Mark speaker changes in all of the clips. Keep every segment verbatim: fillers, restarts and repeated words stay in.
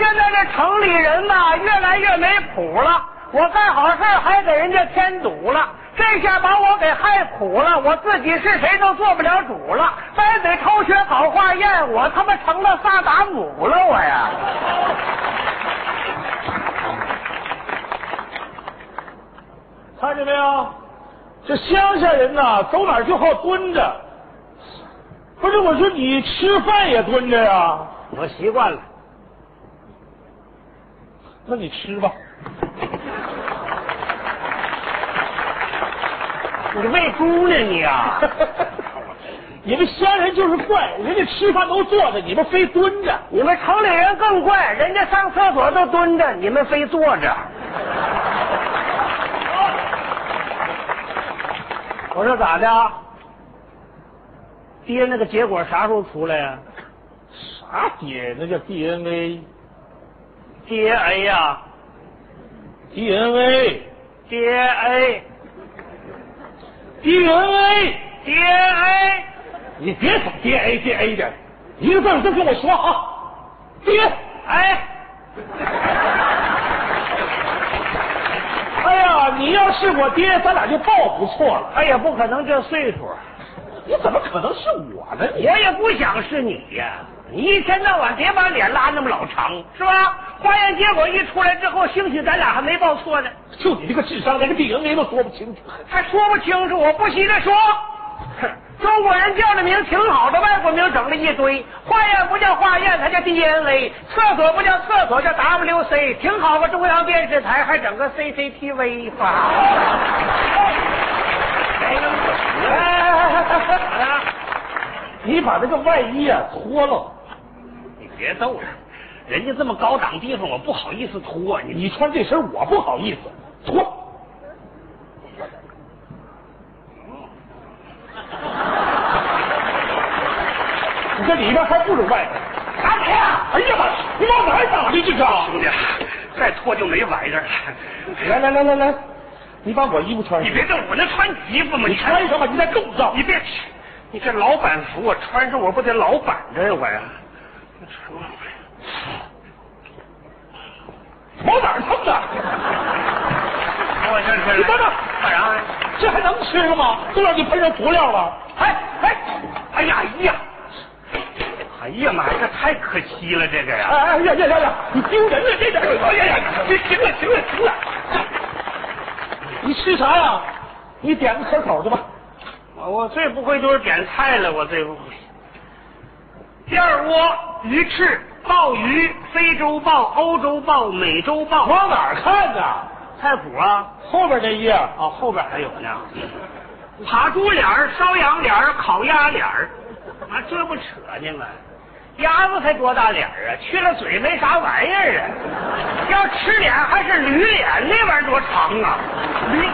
Speaker 1: 现在这城里人呐，越来越没谱了。我干好事还给人家添堵了，这下把我给害苦了。我自己是谁都做不了主了，非得偷学搞化验，我他妈成了萨达姆了，我呀！
Speaker 2: 看见没有？这乡下人呐，走哪儿就好蹲着。不是，我说你吃饭也蹲着呀？
Speaker 1: 我习惯了。
Speaker 2: 那你吃吧。
Speaker 1: 你喂猪呢你啊？
Speaker 2: 你们乡人就是怪，人家吃饭都坐着，你们非蹲着。
Speaker 1: 你们城里人更怪，人家上厕所都蹲着，你们非坐着。我说咋的？爹那个结果啥时候出来呀？
Speaker 2: 啥爹？那叫 D N A。D
Speaker 1: N A 呀
Speaker 2: ？D N A。D
Speaker 1: N A。D
Speaker 2: N
Speaker 1: A。D N A。
Speaker 2: 你别总 D N A D N A 的，一个字都跟我说啊！爹，
Speaker 1: 哎。
Speaker 2: 哎呀，你要是我爹，咱俩就抱不错了。
Speaker 1: 他也不可能这岁数，
Speaker 2: 你怎么可能是我呢？
Speaker 1: 我也不想是你呀！你一天到晚别把脸拉那么老长，是吧？化验结果一出来之后，兴许咱俩还没报错呢。
Speaker 2: 就你这个智商，连个 D N A 都说不清楚，
Speaker 1: 还说不清楚，我不稀得说。中国人叫的名挺好的，外国名整了一堆。化验不叫化验，它叫 D N A； 厕所不叫厕所，叫 W C。挺好个中央电视台，还整个 C C T V 吧。
Speaker 2: 你把这个外衣啊脱了。
Speaker 1: 你别逗了，人家这么高档地方，我不好意思脱。
Speaker 2: 你你穿这身，我不好意思脱。你这里边还不如外边。
Speaker 1: 打谁呀？
Speaker 2: 哎呀妈！你往哪儿打的这个？
Speaker 1: 兄弟，再脱就没玩意儿了。
Speaker 2: 来来来来来，你把我衣服穿上。
Speaker 1: 你别动，我能穿衣服吗？
Speaker 2: 你穿什么？你在动造。
Speaker 1: 你别，你这老板服我穿上我不得老板着呀我呀？
Speaker 2: 往哪儿蹭的？
Speaker 1: 我先吃。
Speaker 2: 你等等，
Speaker 1: 干啥？
Speaker 2: 这还能吃了吗？都让你喷上涂料了。
Speaker 1: 哎哎，哎呀哎呀！哎呀妈呀，这太可惜了，这个呀！
Speaker 2: 哎哎呀呀呀呀！你丢人了，这点！哎呀呀！你停了，停了，停了！你吃啥呀？你点个可口的吧。
Speaker 1: 我我最不会就是点菜了，我最不会。燕窝、鱼翅、鲍鱼、非洲豹、欧洲豹、美洲豹。
Speaker 2: 往哪儿看呢？
Speaker 1: 菜谱啊，
Speaker 2: 后边这页啊，
Speaker 1: 哦，后边还有呢。扒猪脸儿、烧羊脸儿、烤鸭脸儿，啊，这不扯呢吗？鸭子才多大脸儿啊，去了嘴没啥玩意儿啊。要吃脸还是驴脸，那玩意儿多长啊？驴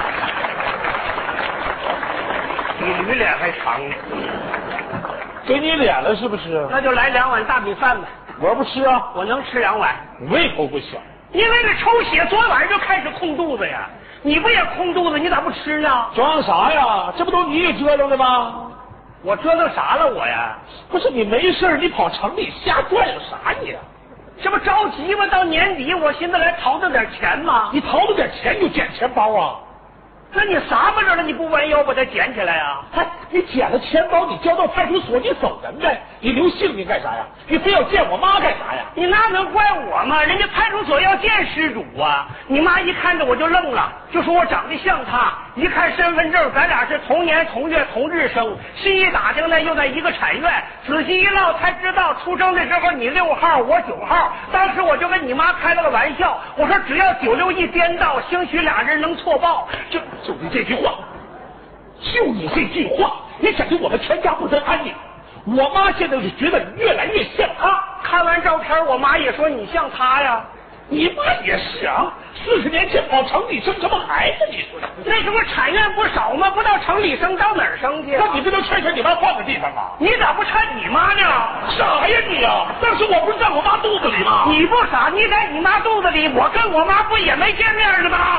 Speaker 1: 比驴脸还长呢。
Speaker 2: 给你脸了是不是？
Speaker 1: 那就来两碗大米饭吧。
Speaker 2: 我不吃啊，
Speaker 1: 我能吃两碗。
Speaker 2: 胃口不小。
Speaker 1: 因为这抽血，昨晚上就开始空肚子呀。你不也空肚子？你咋不吃呢？
Speaker 2: 装啥呀？这不都你给折腾的吗？
Speaker 1: 我折腾啥了我呀？
Speaker 2: 不是你没事你跑城里瞎转悠啥你？
Speaker 1: 这不着急吗？到年底我寻思来淘腾点钱吗？
Speaker 2: 你淘腾点钱就捡钱包啊？
Speaker 1: 那你啥不着了？你不弯腰把它捡起来啊？
Speaker 2: 哎，你捡了钱包，你交到派出所，你走人呗？你留姓名干啥呀？你非要见我妈干啥呀？
Speaker 1: 你那能怪我吗？人家派出所要见失主啊！你妈一看着我就愣了，就说我长得像她。一看身份证，咱俩是同年同月同日生。细一打听呢，又在一个产院。仔细一唠才知道，出生的时候你六号，我九号。当时我就跟你妈开了个玩笑，我说只要九六一颠倒，兴许俩人能错报。
Speaker 2: 就就你这句话，就你这句话，你整得我们全家不得安宁。我妈现在是觉得你越来越像她。
Speaker 1: 看完照片，我妈也说你像她呀。
Speaker 2: 你妈也是啊，四十年前跑城里生什么孩子？你说
Speaker 1: 那时候产院不少吗？不到城里生，到哪儿生去？
Speaker 2: 那你不能劝劝你妈换个地方啊？
Speaker 1: 你咋不劝你妈呢？
Speaker 2: 傻呀你啊！当时我不是在我妈肚子里吗？
Speaker 1: 你不傻，你在你妈肚子里，我跟我妈不也没见面呢吗？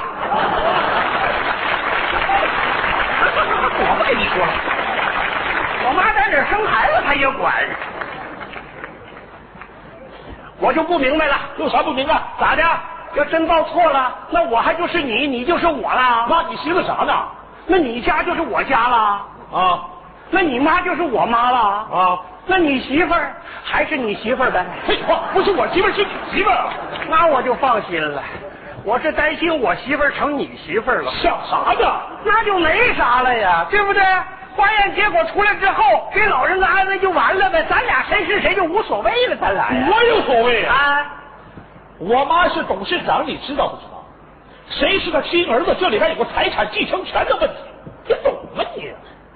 Speaker 2: 我不跟你说了，
Speaker 1: 我妈在哪儿生孩子，她也管。 我就不明白了。
Speaker 2: 有啥不明白？
Speaker 1: 咋的？要真报错了，那我还就是你，你就是我了。
Speaker 2: 妈，你寻思啥呢？
Speaker 1: 那你家就是我家了
Speaker 2: 啊？
Speaker 1: 那你妈就是我妈了
Speaker 2: 啊？
Speaker 1: 那你媳妇儿还是你媳妇儿呗？
Speaker 2: 废话，不是我媳妇儿，是你媳妇儿啊。
Speaker 1: 那我就放心了。我是担心我媳妇儿成你媳妇儿了。
Speaker 2: 想啥呢？
Speaker 1: 那就没啥了呀，对不对？化验结果出来之后，给老人个安慰就完了呗，咱俩谁是谁就无所谓了，咱俩呀。
Speaker 2: 我有所谓啊！
Speaker 1: 啊，
Speaker 2: 我妈是董事长，你知道不知道？谁是他亲儿子？这里边有个财产继承权的问题，你懂吗你？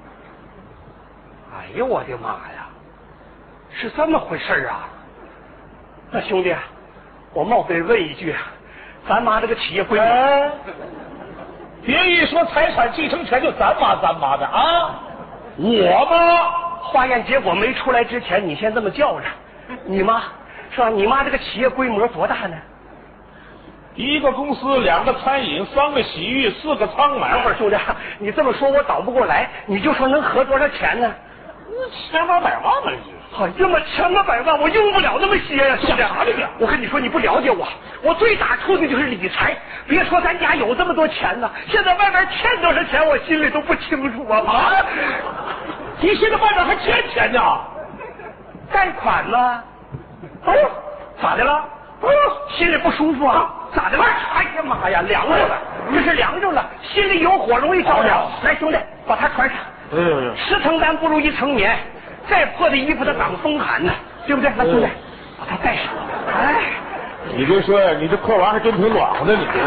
Speaker 1: 哎呦我的妈呀，是这么回事啊！那兄弟，我冒昧问一句，咱妈这个企业规模，
Speaker 2: 哎，别一说财产继承权就咱妈咱妈的啊！我妈
Speaker 1: 化验结果没出来之前，你先这么叫着，你妈是吧？你妈这个企业规模多大呢？
Speaker 2: 一个公司，两个餐饮，三个洗浴，四个仓买。
Speaker 1: 等会儿兄弟，你这么说我倒不过来，你就说能合多少钱呢？
Speaker 2: 千八百万了，你。
Speaker 1: 哎呀妈，千八百万，我用不了那么些呀，兄弟。
Speaker 2: 啥的？
Speaker 1: 我跟你说，你不了解我，我最打怵的就是理财。别说咱家有这么多钱呢，现在外面欠多少钱，我心里都不清楚啊！
Speaker 2: 啊，你现在外面还欠钱呢？
Speaker 1: 贷款呢？哎呦，咋的了？哎呦，心里不舒服啊？咋的了？哎呀妈呀，凉着了，这是凉着了，心里有火容易着凉。来，兄弟，把它穿上。
Speaker 2: 哎呦呦，
Speaker 1: 十层单不如一层棉，再破的衣服它挡风寒呢，对不对？来，兄弟，把它带上。哎，
Speaker 2: 你别说呀，你这破玩意还真挺暖和的，你这。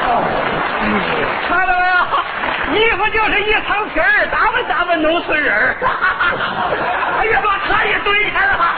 Speaker 1: 看到没有？衣服就是一层皮儿，打扮打扮农村人。哎呀妈，他也堆上了。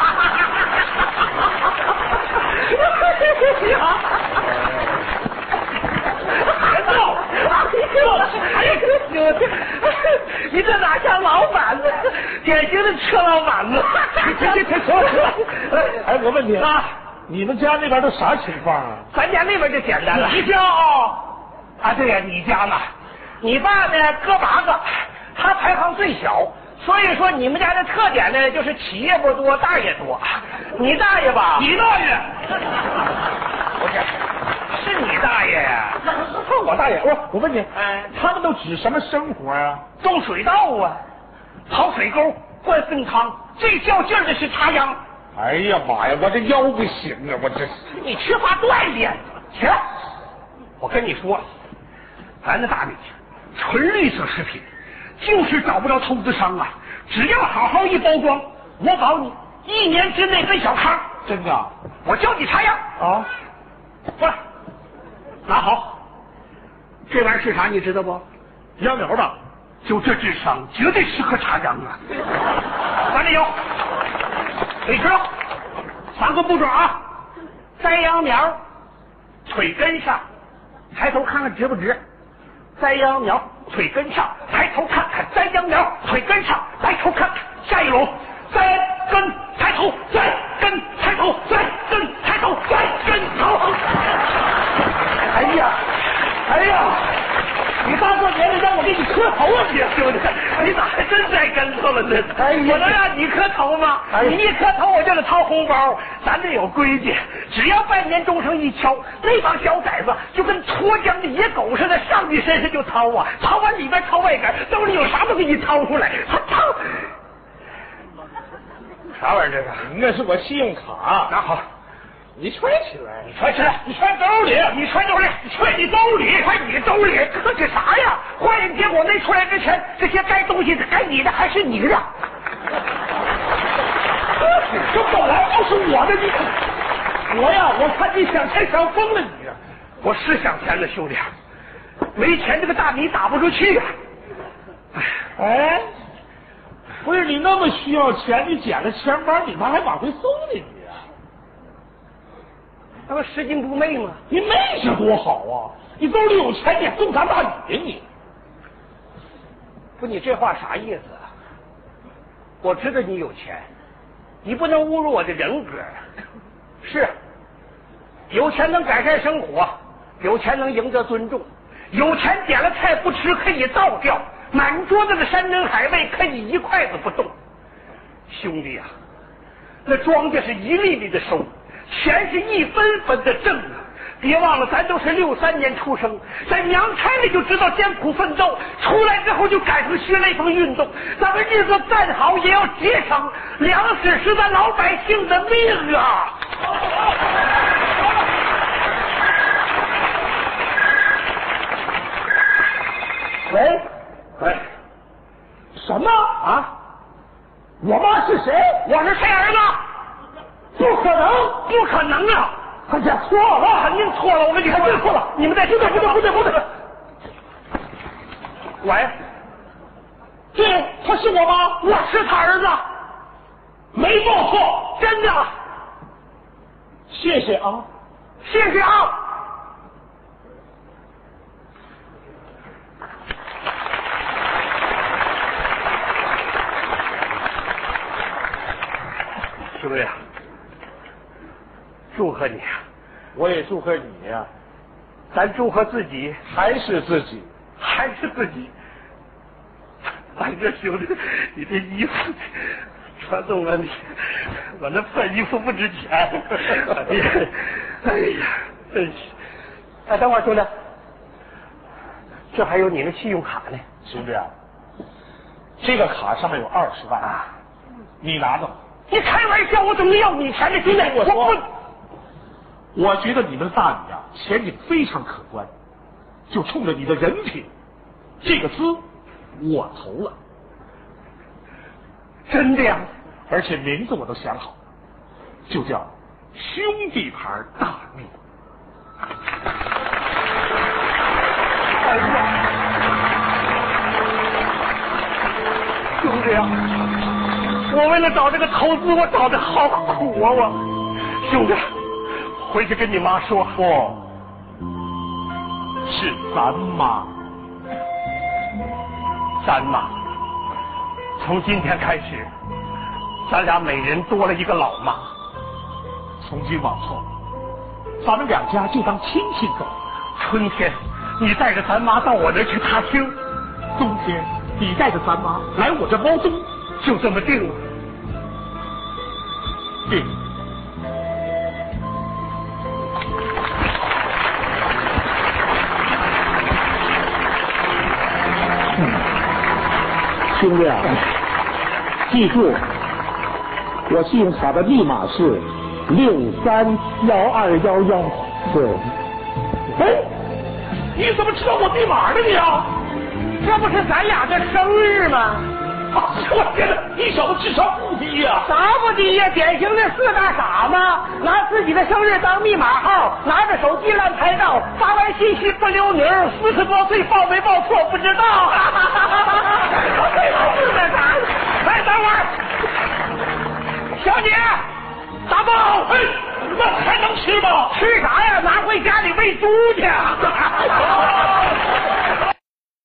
Speaker 1: 哎呀，你这哪像老板呢？典型的车老板呢。
Speaker 2: 这这这车哎，我问你
Speaker 1: 啊，
Speaker 2: 你们家那边都啥情况啊？
Speaker 1: 咱家那边就简单了。
Speaker 2: 你家啊？
Speaker 1: 啊，对呀，你家呢？你爸呢？哥八个，他排行最小，所以说你们家的特点呢，就是企业不多，大爷多。你大爷吧？
Speaker 2: 你大爷？
Speaker 1: 不是，是你大爷呀？
Speaker 2: 我大爷，我我问你，
Speaker 1: 哎，
Speaker 2: 他们都指什么生活啊？
Speaker 1: 种水稻啊，刨水沟，灌粪汤，最较劲儿的是插秧。
Speaker 2: 哎呀妈呀，我这腰不行啊，我这
Speaker 1: 你缺乏锻炼。起来，我跟你说，咱的大米纯绿色食品，就是找不着投资商啊。只要好好一包装，我保你一年之内奔小康。
Speaker 2: 真的？
Speaker 1: 我教你插秧
Speaker 2: 啊，
Speaker 1: 过来，拿好。这玩意儿是啥你知道不？
Speaker 2: 秧苗的。
Speaker 1: 就这智商，绝对适合插秧啊！咱这有，你知道三个步骤啊：栽秧苗，腿跟上，抬头看看直不直；栽秧苗，腿跟上，抬头看看；栽秧苗，腿跟上，抬头看看。下一笼，栽跟抬头，栽跟抬头，栽跟抬头，栽跟头。哎呀，哎呀！你大过年的让我给你磕头啊，你兄弟！你咋还真栽跟头了呢？哎呀，我能让你磕头吗？哎、你一磕头我就得掏红包，咱这有规矩，只要半年钟声一敲，那帮小崽子就跟脱缰的野狗似的，上你身上就掏啊，掏完里边掏外边，兜里有啥都给你掏出来，他掏。啥玩意儿这是？
Speaker 2: 那是我信用卡，
Speaker 1: 拿好。
Speaker 2: 你揣起来，
Speaker 1: 你揣起来，
Speaker 2: 你揣兜里，
Speaker 1: 你揣兜里，你揣你兜里，揣你兜里，这是啥呀？化验结果没出来之前，这些该东西该你的还是你的。
Speaker 2: 这本来就是我的，你我呀，我看你想钱想疯了你呀！
Speaker 1: 我是想钱了，兄弟，没钱这个大米打不出去呀、
Speaker 2: 啊。哎，不是你那么需要钱，你捡了钱包，你妈还往回送你你。
Speaker 1: 那不拾金不昧吗？
Speaker 2: 你昧是多好啊！你兜里有钱，你还送咱大米呀你？
Speaker 1: 不，你这话啥意思啊？我知道你有钱，你不能侮辱我的人格。是，有钱能改善生活，有钱能赢得尊重，有钱点了菜不吃可以倒掉，满桌子的山珍海味可以一筷子不动。兄弟啊，那庄稼是一粒粒的收。 钱是一分分的挣啊！别忘了，咱都是六三年出生，在娘胎里就知道艰苦奋斗，出来之后就改成学雷锋运动。咱们日子再好，也要节省粮食，是咱老百姓的命啊！
Speaker 2: 喂
Speaker 1: 喂，
Speaker 2: 什么
Speaker 1: 啊？
Speaker 2: 我妈是谁？
Speaker 1: 我是谁儿子？
Speaker 2: 不可能，
Speaker 1: 不可能啊！
Speaker 2: 他家错了，
Speaker 1: 肯定错了。我跟你说，
Speaker 2: 肯定错了。
Speaker 1: 你们在
Speaker 2: 不对，不对，不对，不对。
Speaker 1: 喂，
Speaker 2: 对，他是我妈，
Speaker 1: 我是他儿子，
Speaker 2: 没报错，
Speaker 1: 真的。
Speaker 2: 谢谢啊，
Speaker 1: 谢谢啊。兄弟啊，祝贺你啊！
Speaker 2: 我也祝贺你呀、啊，
Speaker 1: 咱祝贺自己，
Speaker 2: 还是自己，
Speaker 1: 还是自己。哎呀，兄弟，你这衣服穿动了你，我那破衣服不值钱。哎呀，哎呀，真是。哎，等会儿兄弟，这还有你的信用卡呢。
Speaker 2: 兄弟啊，这个卡上面有二十万啊，你拿着。
Speaker 1: 你开玩笑，我怎么要你钱呢？兄弟，
Speaker 2: 我说，
Speaker 1: 我
Speaker 2: 我觉得你们大女啊前景非常可观，就冲着你的人品，这个资我投了。
Speaker 1: 真的呀？
Speaker 2: 而且名字我都想好，就叫兄弟牌大密。
Speaker 1: 哎呀，兄弟啊！我为了找这个投资，我找的好苦啊！我兄弟，回去跟你妈说。
Speaker 2: 不，是咱妈。
Speaker 1: 咱妈，从今天开始，咱俩每人多了一个老妈。
Speaker 2: 从今往后，咱们两家就当亲戚走。
Speaker 1: 春天，你带着咱妈到我这去踏青；
Speaker 2: 冬天，你带着咱妈来我这猫冬。
Speaker 1: 就这么定了。
Speaker 2: 定。
Speaker 3: 嗯，兄弟啊，记住，我信用卡的密码是六三幺二幺幺。对。
Speaker 2: 哎，你怎么知道我密码呢你啊？
Speaker 1: 这不是咱俩的生日吗？
Speaker 2: 啊！我天哪，你小子智商不低呀、啊！
Speaker 1: 啥不低呀？典型的四大傻吗？拿自己的生日当密码号，拿着手机乱拍照，发完信息不留名，四十多岁报没报错不知道。是那啥？哎，等会儿，小姐，大包，
Speaker 2: 哎，那还能吃吗？
Speaker 1: 吃啥呀？拿回家里喂猪去。